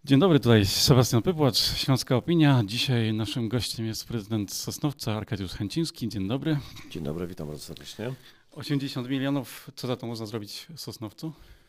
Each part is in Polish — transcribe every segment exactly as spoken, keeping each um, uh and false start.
Dzień dobry, tutaj Sebastian Pypłacz, Śląska Opinia. Dzisiaj naszym gościem jest prezydent Sosnowca Arkadiusz Chęciński. Dzień dobry. Dzień dobry, witam bardzo serdecznie. osiemdziesiąt milionów, co za to można zrobić w Sosnowcu?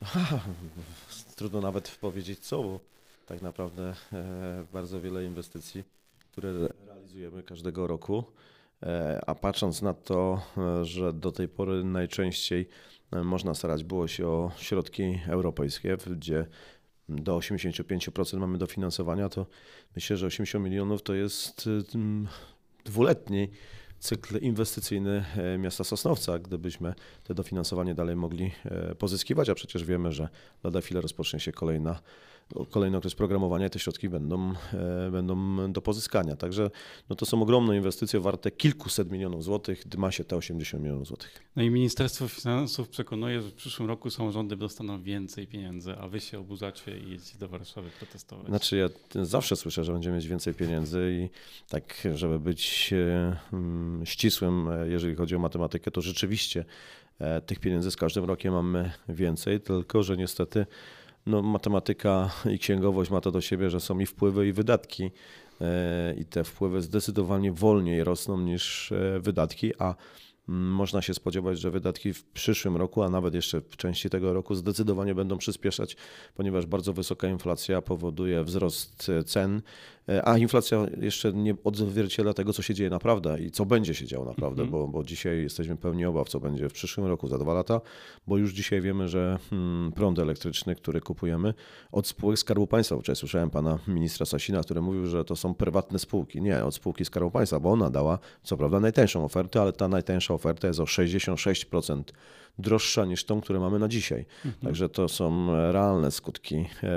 Trudno nawet powiedzieć co, bo tak naprawdę e, bardzo wiele inwestycji, które realizujemy każdego roku, e, a patrząc na to, e, że do tej pory najczęściej e, można starać było się o środki europejskie, gdzie do osiemdziesiąt pięć procent mamy dofinansowania, to myślę, że osiemdziesiąt milionów to jest um, dwuletni cykl inwestycyjny miasta Sosnowca, gdybyśmy te dofinansowanie dalej mogli pozyskiwać, a przecież wiemy, że lada chwilę rozpocznie się kolejna, kolejny okres programowania i te środki będą, będą do pozyskania. Także no to są ogromne inwestycje warte kilkuset milionów złotych, gdy ma się te osiemdziesiąt milionów złotych. No i Ministerstwo Finansów przekonuje, że w przyszłym roku samorządy dostaną więcej pieniędzy, a wy się oburzacie i jedziecie do Warszawy protestować. Znaczy ja zawsze słyszę, że będziemy mieć więcej pieniędzy i tak, żeby być um, ścisłym, jeżeli chodzi o matematykę, to rzeczywiście e, tych pieniędzy z każdym rokiem mamy więcej, tylko że niestety no, matematyka i księgowość ma to do siebie, że są i wpływy, i wydatki e, i te wpływy zdecydowanie wolniej rosną niż e, wydatki, a można się spodziewać, że wydatki w przyszłym roku, a nawet jeszcze w części tego roku zdecydowanie będą przyspieszać, ponieważ bardzo wysoka inflacja powoduje wzrost cen, a inflacja jeszcze nie odzwierciedla tego, co się dzieje naprawdę i co będzie się działo naprawdę, mm-hmm. bo, bo dzisiaj jesteśmy pełni obaw, co będzie w przyszłym roku, za dwa lata, bo już dzisiaj wiemy, że hmm, prąd elektryczny, który kupujemy od spółek Skarbu Państwa, wczoraj słyszałem pana ministra Sasina, który mówił, że to są prywatne spółki. Nie, od spółki Skarbu Państwa, bo ona dała co prawda najtańszą ofertę, ale ta najtańsza oferta jest o sześćdziesiąt sześć procent droższa niż tą, którą mamy na dzisiaj. Mhm. Także to są realne skutki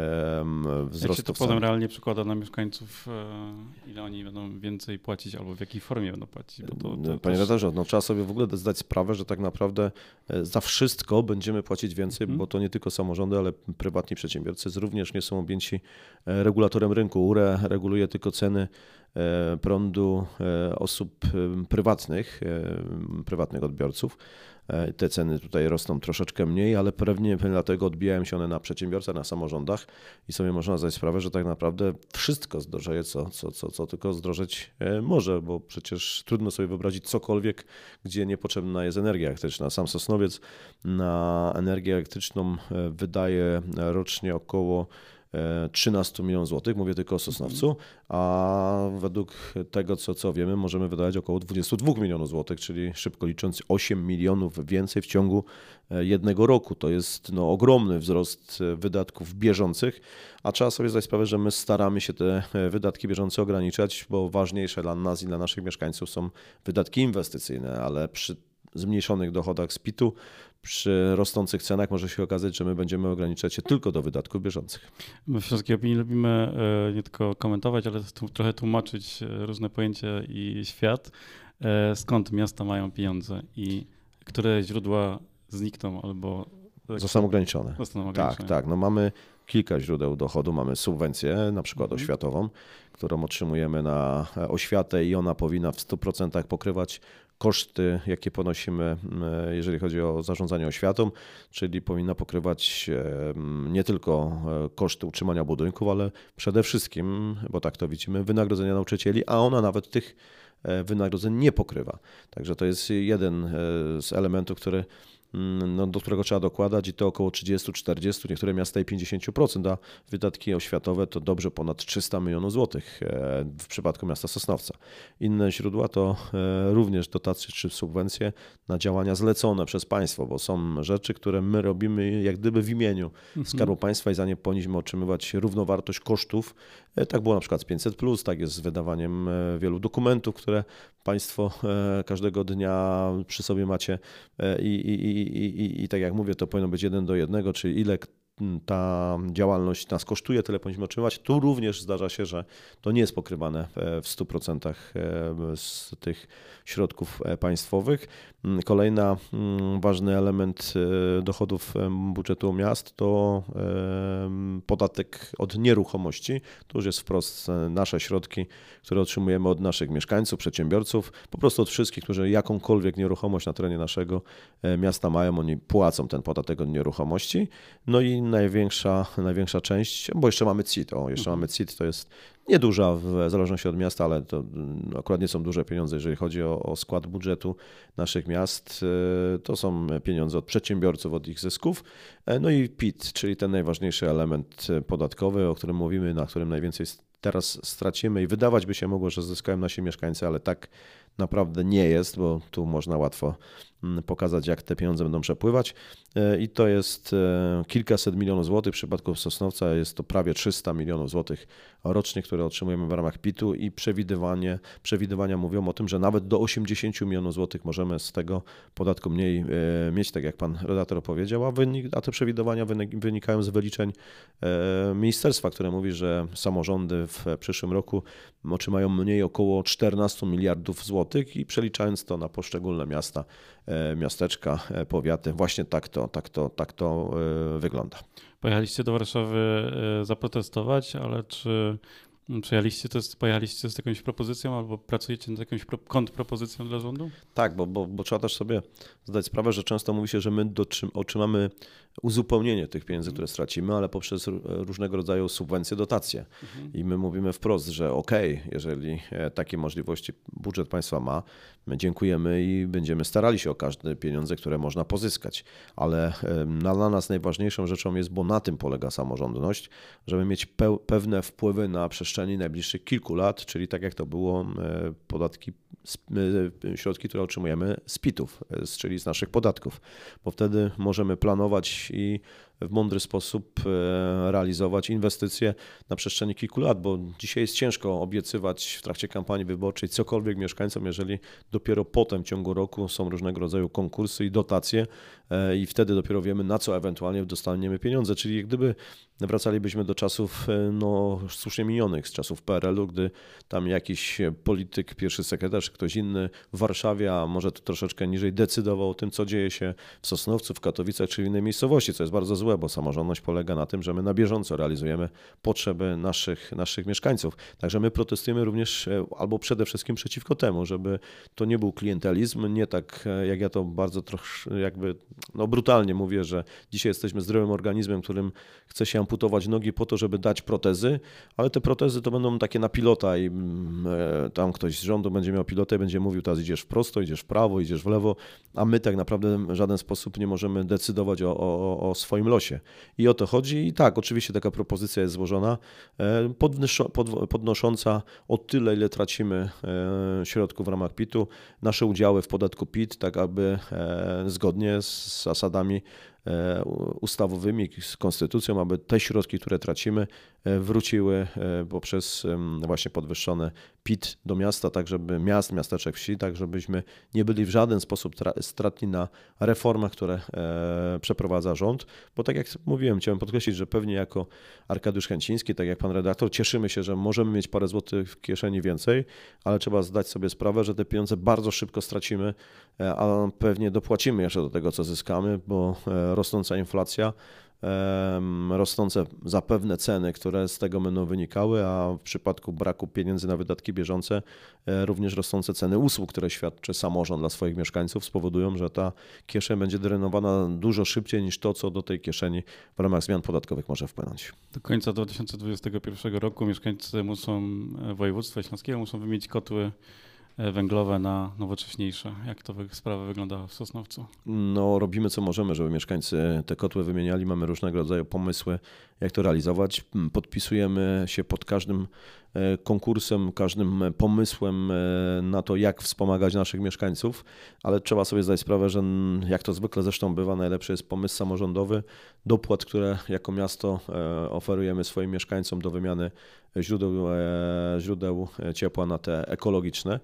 e, wzrostu. Jak się to potem realnie przekłada na mieszkańców, e, ile oni będą więcej płacić albo w jakiej formie będą płacić? Bo to, to Panie też... redaktorze, no trzeba sobie w ogóle zdać sprawę, że tak naprawdę za wszystko będziemy płacić więcej, mhm. bo to nie tylko samorządy, ale prywatni przedsiębiorcy również nie są objęci regulatorem rynku. U R E reguluje tylko ceny prądu osób prywatnych, prywatnych odbiorców. Te ceny tutaj rosną troszeczkę mniej, ale pewnie dlatego odbijają się one na przedsiębiorcach, na samorządach i sobie można zdać sprawę, że tak naprawdę wszystko zdrożeje, co, co, co, co tylko zdrożeć może, bo przecież trudno sobie wyobrazić cokolwiek, gdzie niepotrzebna jest energia elektryczna. Sam Sosnowiec na energię elektryczną wydaje rocznie około trzynaście milionów złotych, mówię tylko o Sosnowcu, a według tego, co, co wiemy, możemy wydać około dwadzieścia dwa milionów złotych, czyli szybko licząc osiem milionów więcej w ciągu jednego roku. To jest no, ogromny wzrost wydatków bieżących, a trzeba sobie zdać sprawę, że my staramy się te wydatki bieżące ograniczać, bo ważniejsze dla nas i dla naszych mieszkańców są wydatki inwestycyjne, ale przy zmniejszonych dochodach z pitu, przy rosnących cenach może się okazać, że my będziemy ograniczać się tylko do wydatków bieżących. My w Śląskiej Opinii lubimy nie tylko komentować, ale trochę tłumaczyć różne pojęcia i świat, skąd miasta mają pieniądze i które źródła znikną albo zostaną ograniczone. Zostaną ograniczone. Tak, tak. No mamy kilka źródeł dochodu. Mamy subwencję, na przykład mhm. oświatową, którą otrzymujemy na oświatę i ona powinna w stu procentach pokrywać koszty, jakie ponosimy, jeżeli chodzi o zarządzanie oświatą, czyli powinna pokrywać nie tylko koszty utrzymania budynków, ale przede wszystkim, bo tak to widzimy, wynagrodzenia nauczycieli, a ona nawet tych wynagrodzeń nie pokrywa. Także to jest jeden z elementów, który no, do którego trzeba dokładać i to około trzydzieści czterdzieści, niektóre miasta i pięćdziesiąt procent, a wydatki oświatowe to dobrze ponad trzysta milionów złotych w przypadku miasta Sosnowca. Inne źródła to również dotacje czy subwencje na działania zlecone przez państwo, bo są rzeczy, które my robimy jak gdyby w imieniu mhm. Skarbu Państwa i za nie powinniśmy otrzymywać równowartość kosztów. Tak było na przykład z pięćset plus, tak jest z wydawaniem wielu dokumentów, które państwo każdego dnia przy sobie macie i, i, i, i, i tak jak mówię, to powinno być jeden do jednego, czyli ile ta działalność nas kosztuje, tyle powinniśmy otrzymywać. Tu również zdarza się, że to nie jest pokrywane w stu procentach z tych środków państwowych. Kolejny ważny element dochodów budżetu miast to podatek od nieruchomości. To już jest wprost nasze środki, które otrzymujemy od naszych mieszkańców, przedsiębiorców, po prostu od wszystkich, którzy jakąkolwiek nieruchomość na terenie naszego miasta mają, oni płacą ten podatek od nieruchomości. No i największa, największa część, bo jeszcze mamy C I T. O, jeszcze Mhm. mamy C I T, to jest nieduża w zależności od miasta, ale to akurat nie są duże pieniądze, jeżeli chodzi o, o skład budżetu naszych miast. To są pieniądze od przedsiębiorców, od ich zysków. No i P I T, czyli ten najważniejszy element podatkowy, o którym mówimy, na którym najwięcej teraz stracimy i wydawać by się mogło, że zyskają nasi mieszkańcy, ale tak naprawdę nie jest, bo tu można łatwo pokazać, jak te pieniądze będą przepływać. I to jest kilkaset milionów złotych. W przypadku Sosnowca jest to prawie trzysta milionów złotych rocznie, które otrzymujemy w ramach P I T-u i przewidywanie, przewidywania mówią o tym, że nawet do osiemdziesiąt milionów złotych możemy z tego podatku mniej mieć, tak jak pan redaktor powiedział, a, wynik, a te przewidywania wynikają z wyliczeń ministerstwa, które mówi, że samorządy w przyszłym roku otrzymają mniej około czternaście miliardów złotych i przeliczając to na poszczególne miasta, miasteczka, powiaty, właśnie tak to, tak to, tak to wygląda. Pojechaliście do Warszawy zaprotestować, ale czy przyjechaliście, to jest, pojechaliście z jakąś propozycją albo pracujecie nad jakąś pro, kontrpropozycją dla rządu? Tak, bo, bo, bo trzeba też sobie zdać sprawę, że często mówi się, że my dotrzym, otrzymamy uzupełnienie tych pieniędzy, które stracimy, ale poprzez różnego rodzaju subwencje, dotacje. Mhm. I my mówimy wprost, że okej, okay, jeżeli takie możliwości budżet państwa ma, my dziękujemy i będziemy starali się o każde pieniądze, które można pozyskać. Ale dla nas najważniejszą rzeczą jest, bo na tym polega samorządność, żeby mieć pe- pewne wpływy na przestrzeni najbliższych kilku lat, czyli tak jak to było podatki, środki, które otrzymujemy z P I T-ów, czyli z naszych podatków, bo wtedy możemy planować i w mądry sposób realizować inwestycje na przestrzeni kilku lat, bo dzisiaj jest ciężko obiecywać w trakcie kampanii wyborczej cokolwiek mieszkańcom, jeżeli dopiero potem w ciągu roku są różnego rodzaju konkursy i dotacje i wtedy dopiero wiemy, na co ewentualnie dostaniemy pieniądze, czyli jak gdyby wracalibyśmy do czasów no, słusznie minionych, z czasów P R L u, gdy tam jakiś polityk, pierwszy sekretarz, ktoś inny w Warszawie, a może to troszeczkę niżej, decydował o tym, co dzieje się w Sosnowcu, w Katowicach czy w innej miejscowości, co jest bardzo złe, bo samorządność polega na tym, że my na bieżąco realizujemy potrzeby naszych, naszych mieszkańców. Także my protestujemy również albo przede wszystkim przeciwko temu, żeby to nie był klientelizm, nie tak jak ja to bardzo trochę jakby no brutalnie mówię, że dzisiaj jesteśmy zdrowym organizmem, którym chce się amputować nogi po to, żeby dać protezy, ale te protezy to będą takie na pilota i tam ktoś z rządu będzie miał pilotę i będzie mówił, teraz idziesz w prosto, idziesz w prawo, idziesz w lewo, a my tak naprawdę w żaden sposób nie możemy decydować o, o, o swoim losie. I o to chodzi. I tak, oczywiście taka propozycja jest złożona, podnosząca o tyle, ile tracimy środków w ramach P I T-u, nasze udziały w podatku P I T, tak aby zgodnie z zasadami ustawowymi, z konstytucją, aby te środki, które tracimy, wróciły poprzez właśnie podwyższone P I T do miasta, tak żeby miast, miasteczek, wsi, tak żebyśmy nie byli w żaden sposób stratni na reformach, które przeprowadza rząd, bo tak jak mówiłem, chciałem podkreślić, że pewnie jako Arkadiusz Chęciński, tak jak pan redaktor, cieszymy się, że możemy mieć parę złotych w kieszeni więcej, ale trzeba zdać sobie sprawę, że te pieniądze bardzo szybko stracimy, a pewnie dopłacimy jeszcze do tego, co zyskamy, bo rosnąca inflacja, rosnące zapewne ceny, które z tego będą wynikały, a w przypadku braku pieniędzy na wydatki bieżące również rosnące ceny usług, które świadczy samorząd dla swoich mieszkańców, spowodują, że ta kieszeń będzie drenowana dużo szybciej niż to, co do tej kieszeni w ramach zmian podatkowych może wpłynąć. Do końca dwa tysiące dwudziestego pierwszego roku mieszkańcy muszą, województwa śląskiego muszą wymienić kotły węglowe na nowocześniejsze. Jak to sprawa wygląda w Sosnowcu? No, robimy co możemy, żeby mieszkańcy te kotły wymieniali. Mamy różnego rodzaju pomysły, jak to realizować. Podpisujemy się pod każdym konkursem, każdym pomysłem na to, jak wspomagać naszych mieszkańców, ale trzeba sobie zdać sprawę, że jak to zwykle zresztą bywa, najlepszy jest pomysł samorządowy, dopłat, które jako miasto oferujemy swoim mieszkańcom do wymiany źródeł, źródeł ciepła na te ekologiczne.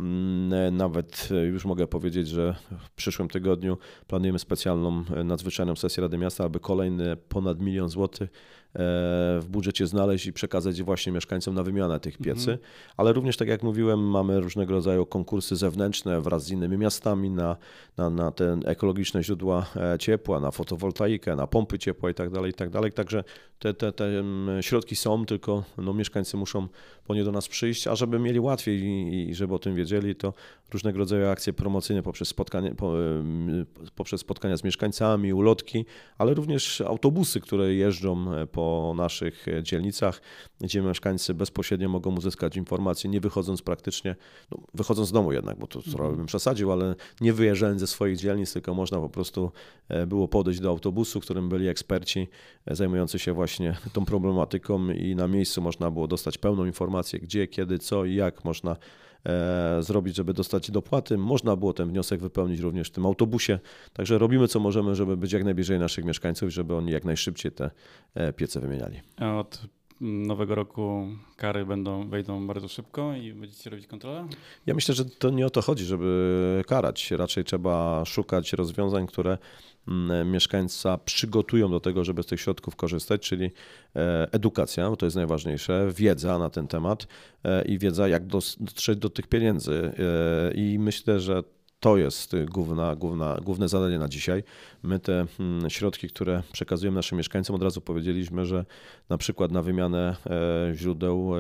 Nawet już mogę powiedzieć, że w przyszłym tygodniu planujemy specjalną, nadzwyczajną sesję Rady Miasta, aby kolejny ponad milion złotych w budżecie znaleźć i przekazać właśnie mieszkańcom na wymianę tych piecy, mhm. ale również, tak jak mówiłem, mamy różnego rodzaju konkursy zewnętrzne wraz z innymi miastami na, na, na te ekologiczne źródła ciepła, na fotowoltaikę, na pompy ciepła i tak dalej, i tak dalej. Także te, te, te środki są, tylko no, mieszkańcy muszą po nie do nas przyjść, a żeby mieli łatwiej i, i żeby o tym wiedzieli, powiedzieli, to różnego rodzaju akcje promocyjne poprzez spotkanie, po, poprzez spotkania z mieszkańcami, ulotki, ale również autobusy, które jeżdżą po naszych dzielnicach, gdzie mieszkańcy bezpośrednio mogą uzyskać informacje, nie wychodząc praktycznie, no, wychodząc z domu jednak, bo to trochę bym przesadził, ale nie wyjeżdżając ze swoich dzielnic, tylko można po prostu było podejść do autobusu, w którym byli eksperci zajmujący się właśnie tą problematyką i na miejscu można było dostać pełną informację, gdzie, kiedy, co i jak można e, zrobić, żeby dostać dopłaty. Można było ten wniosek wypełnić również w tym autobusie. Także robimy co możemy, żeby być jak najbliżej naszych mieszkańców i żeby oni jak najszybciej te e, piece wymieniali. A od nowego roku kary będą, wejdą bardzo szybko i będziecie robić kontrolę? Ja myślę, że to nie o to chodzi, żeby karać. Raczej trzeba szukać rozwiązań, które mieszkańca przygotują do tego, żeby z tych środków korzystać, czyli edukacja, bo to jest najważniejsze, wiedza na ten temat i wiedza, jak dotrzeć do tych pieniędzy. I myślę, że to jest główna, główna, główne zadanie na dzisiaj. My te środki, które przekazujemy naszym mieszkańcom, od razu powiedzieliśmy, że na przykład na wymianę źródeł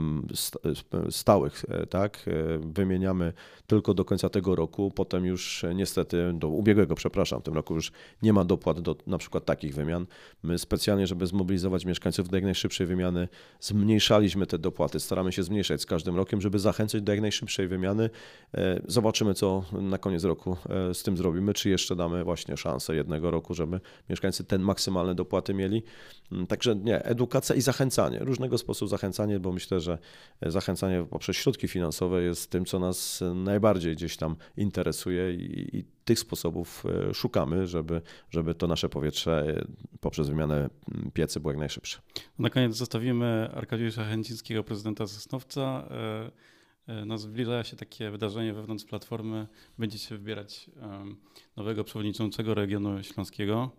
stałych, tak, wymieniamy tylko do końca tego roku, potem już niestety do ubiegłego, przepraszam, w tym roku już nie ma dopłat do na przykład takich wymian. My specjalnie, żeby zmobilizować mieszkańców do jak najszybszej wymiany, zmniejszaliśmy te dopłaty, staramy się zmniejszać z każdym rokiem, żeby zachęcać do jak najszybszej wymiany. Zobaczymy, co na koniec roku z tym zrobimy, czy jeszcze damy właśnie szansę jednego roku, żeby mieszkańcy ten maksymalne dopłaty mieli. Także nie, edukacja i zachęcanie, różnego sposobu zachęcanie, bo myślę, że zachęcanie poprzez środki finansowe jest tym, co nas najbardziej gdzieś tam interesuje i, i tych sposobów szukamy, żeby, żeby to nasze powietrze poprzez wymianę piecy było jak najszybsze. Na koniec zostawimy Arkadiusza Chęcińskiego, prezydenta Sosnowca. No, zbliża się takie wydarzenie wewnątrz Platformy. Będziecie wybierać nowego przewodniczącego regionu śląskiego.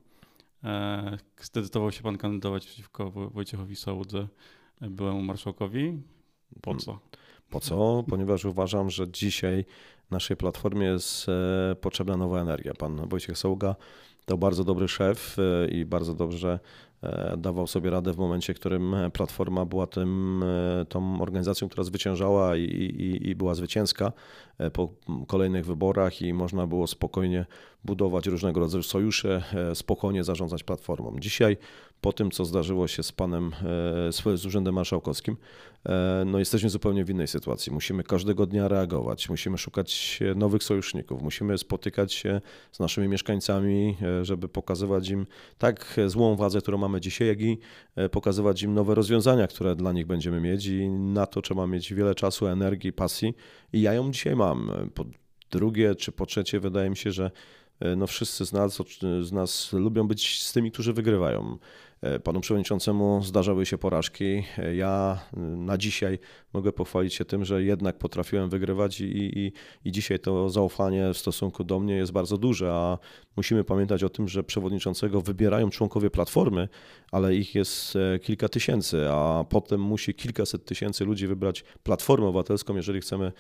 Zdecydował się pan kandydować przeciwko Wojciechowi Sałudze, byłemu marszałkowi. Po co? Po co? Ponieważ uważam, że dzisiaj naszej Platformie jest potrzebna nowa energia. Pan Wojciech Saługa to bardzo dobry szef i bardzo dobrze dawał sobie radę w momencie, w którym Platforma była tym, tą organizacją, która zwyciężała i, i, i była zwycięska po kolejnych wyborach i można było spokojnie budować różnego rodzaju sojusze, spokojnie zarządzać Platformą. Dzisiaj po tym, co zdarzyło się z panem, z Urzędem Marszałkowskim, no jesteśmy zupełnie w innej sytuacji. Musimy każdego dnia reagować, musimy szukać nowych sojuszników, musimy spotykać się z naszymi mieszkańcami, żeby pokazywać im tak złą władzę, którą mamy dzisiaj, jak i pokazywać im nowe rozwiązania, które dla nich będziemy mieć i na to trzeba mieć wiele czasu, energii, pasji i ja ją dzisiaj mam. Po drugie czy po trzecie wydaje mi się, że no wszyscy z nas, z nas lubią być z tymi, którzy wygrywają. Panu przewodniczącemu zdarzały się porażki. Ja na dzisiaj mogę pochwalić się tym, że jednak potrafiłem wygrywać i, i, i dzisiaj to zaufanie w stosunku do mnie jest bardzo duże, a musimy pamiętać o tym, że przewodniczącego wybierają członkowie Platformy, ale ich jest kilka tysięcy, a potem musi kilkaset tysięcy ludzi wybrać Platformę Obywatelską, jeżeli chcemy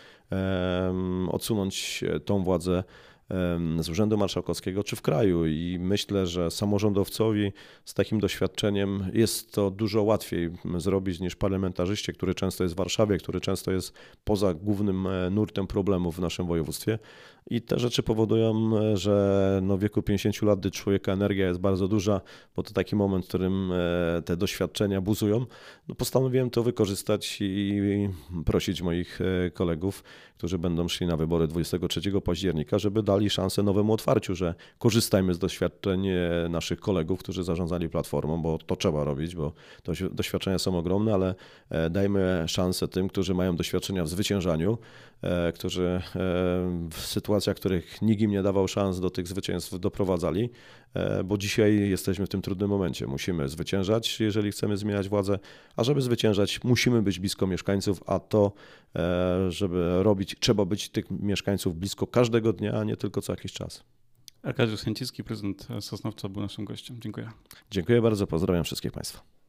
um, odsunąć tą władzę z Urzędu Marszałkowskiego czy w kraju i myślę, że samorządowcowi z takim doświadczeniem jest to dużo łatwiej zrobić niż parlamentarzyście, który często jest w Warszawie, który często jest poza głównym nurtem problemów w naszym województwie i te rzeczy powodują, że no w wieku pięćdziesięciu lat dla człowieka energia jest bardzo duża, bo to taki moment, w którym te doświadczenia buzują. No postanowiłem to wykorzystać i prosić moich kolegów, którzy będą szli na wybory dwudziestego trzeciego października, żeby dali szansę nowemu otwarciu, że korzystajmy z doświadczeń naszych kolegów, którzy zarządzali Platformą, bo to trzeba robić, bo to doświadczenia są ogromne, ale dajmy szansę tym, którzy mają doświadczenia w zwyciężaniu, którzy w sytuacjach, w których nikt im nie dawał szans, do tych zwycięstw doprowadzali, bo dzisiaj jesteśmy w tym trudnym momencie. Musimy zwyciężać, jeżeli chcemy zmieniać władzę, a żeby zwyciężać, musimy być blisko mieszkańców, a to, żeby robić, trzeba być tych mieszkańców blisko każdego dnia, a nie tylko co jakiś czas. Arkadiusz Chęciński, prezydent Sosnowca, był naszym gościem. Dziękuję. Dziękuję bardzo, pozdrawiam wszystkich Państwa.